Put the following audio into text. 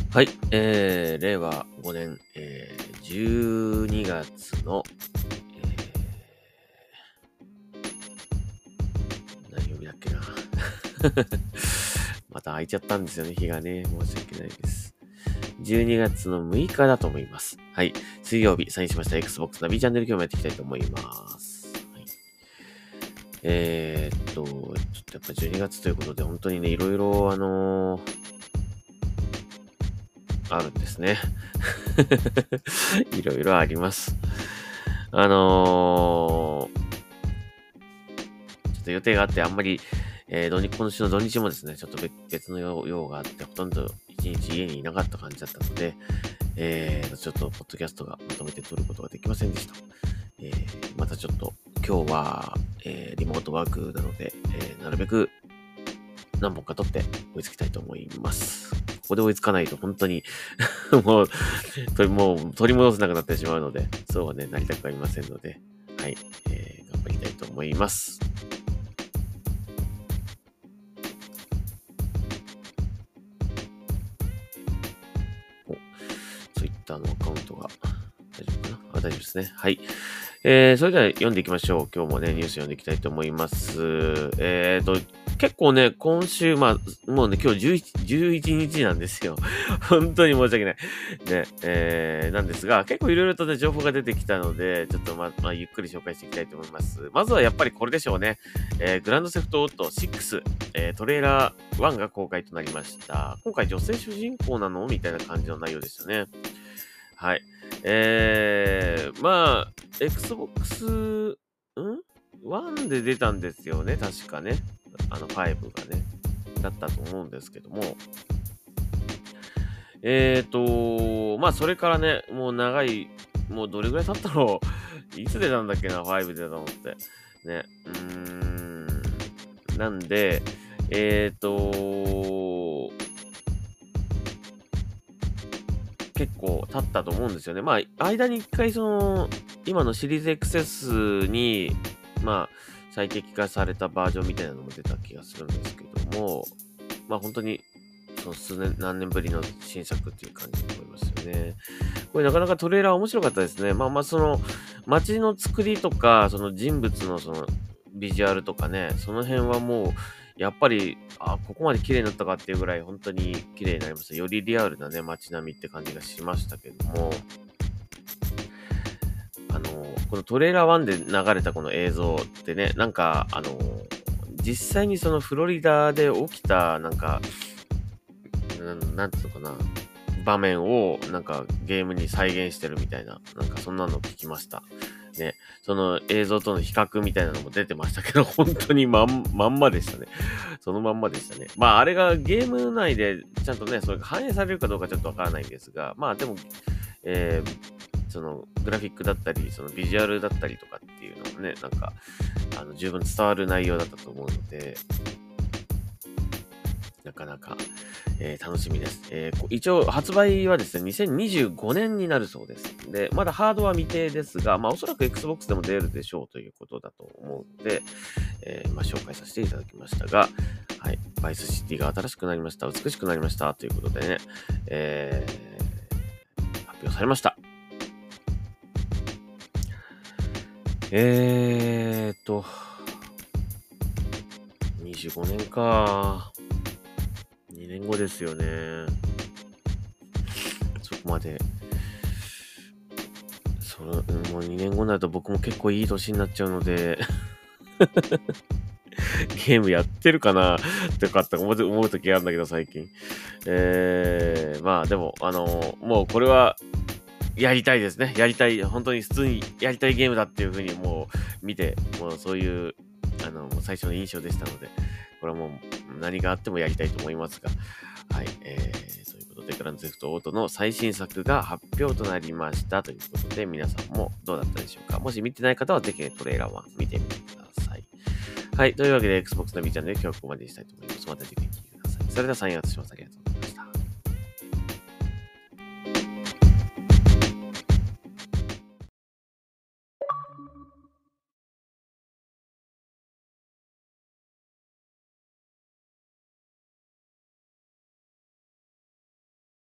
はい、令和5年、12月の、何曜日だっけな。また空いちゃったんですよね、日がね。申し訳ないです。12月の6日だと思います。はい。水曜日、サインしました Xbox ナビチャンネル今日もやっていきたいと思います。はい、ちょっとやっぱ12月ということで、本当にね、いろいろ、あるんですね。いろいろあります。ちょっと予定があって、あんまり、今週の土日もですね、ちょっと別の用があって、ほとんど一日家にいなかった感じだったので、ちょっとポッドキャストがまとめて撮ることができませんでした。またちょっと今日は、リモートワークなので、なるべく何本か撮って追いつきたいと思います。ここで追いつかないと本当にもう取り戻せなくなってしまうので、そうはね、なりたくありませんので、はい、頑張りたいと思います。ツイッターのアカウントが大丈夫かな？大丈夫ですね。はい。それでは読んでいきましょう。今日もね、ニュース読んでいきたいと思います。結構ね、今週、もうね、今日11日なんですよ。本当に申し訳ない。ね、なんですが、結構いろいろとね、情報が出てきたので、ちょっとゆっくり紹介していきたいと思います。まずはやっぱりこれでしょうね。グランドセフトオート6、トレーラー1が公開となりました。今回女性主人公なのみたいな感じの内容でしたね。はい。Xbox、?1 で出たんですよね、確かね。5がね、だったと思うんですけども。それからね、もう長い、もうどれぐらい経ったろう。いつ出たんだっけな、5出たのって。ね。なんで、えーと結構経ったと思うんですよね。間に一回今のシリーズ XS に、最適化されたバージョンみたいなのも出た気がするんですけども、本当に、何年ぶりの新作っていう感じで思いますよね。これなかなかトレーラー面白かったですね。街の作りとか、その人物のビジュアルとかね、その辺はもう、やっぱり、ここまで綺麗になったかっていうぐらい本当に綺麗になりました。よりリアルなね、街並みって感じがしましたけども、このトレーラー1で流れたこの映像ってね、実際にそのフロリダで起きた、なんていうのかな、場面をゲームに再現してるみたいな、そんなのを聞きました。ね、その映像との比較みたいなのも出てましたけど、本当にまんまでしたね。そのまんまでしたね。あれがゲーム内でちゃんとね、それが反映されるかどうかちょっとわからないんですが、でも、そのグラフィックだったり、そのビジュアルだったりとかっていうのもね、十分伝わる内容だったと思うので、なかなか、楽しみです。一応発売はですね、2025年になるそうです。で、まだハードは未定ですが、おそらく Xbox でも出るでしょうということだと思うので、紹介させていただきましたが、はい、バイスシティが新しくなりました、美しくなりましたということでね、発表されました。25年か。2年後ですよね。そこまで。もう2年後になると僕も結構いい年になっちゃうのでゲームやってるかなとかって思う時があるんだけど、最近。でも、もうこれは、やりたいですね。やりたい。本当に普通にやりたいゲームだっていう風にもう見て、もうそういう、もう最初の印象でしたので、これはもう何があってもやりたいと思いますが、はい。そういうことで、グランドセフトオートの最新作が発表となりましたということで、皆さんもどうだったでしょうか。もし見てない方はぜひね、トレーラー1見てみてください。はい。というわけで、Xbox の B チャンネル今日はここまでにしたいと思います。また次回聞いてください。それではサインアウトします。ありがとうございます。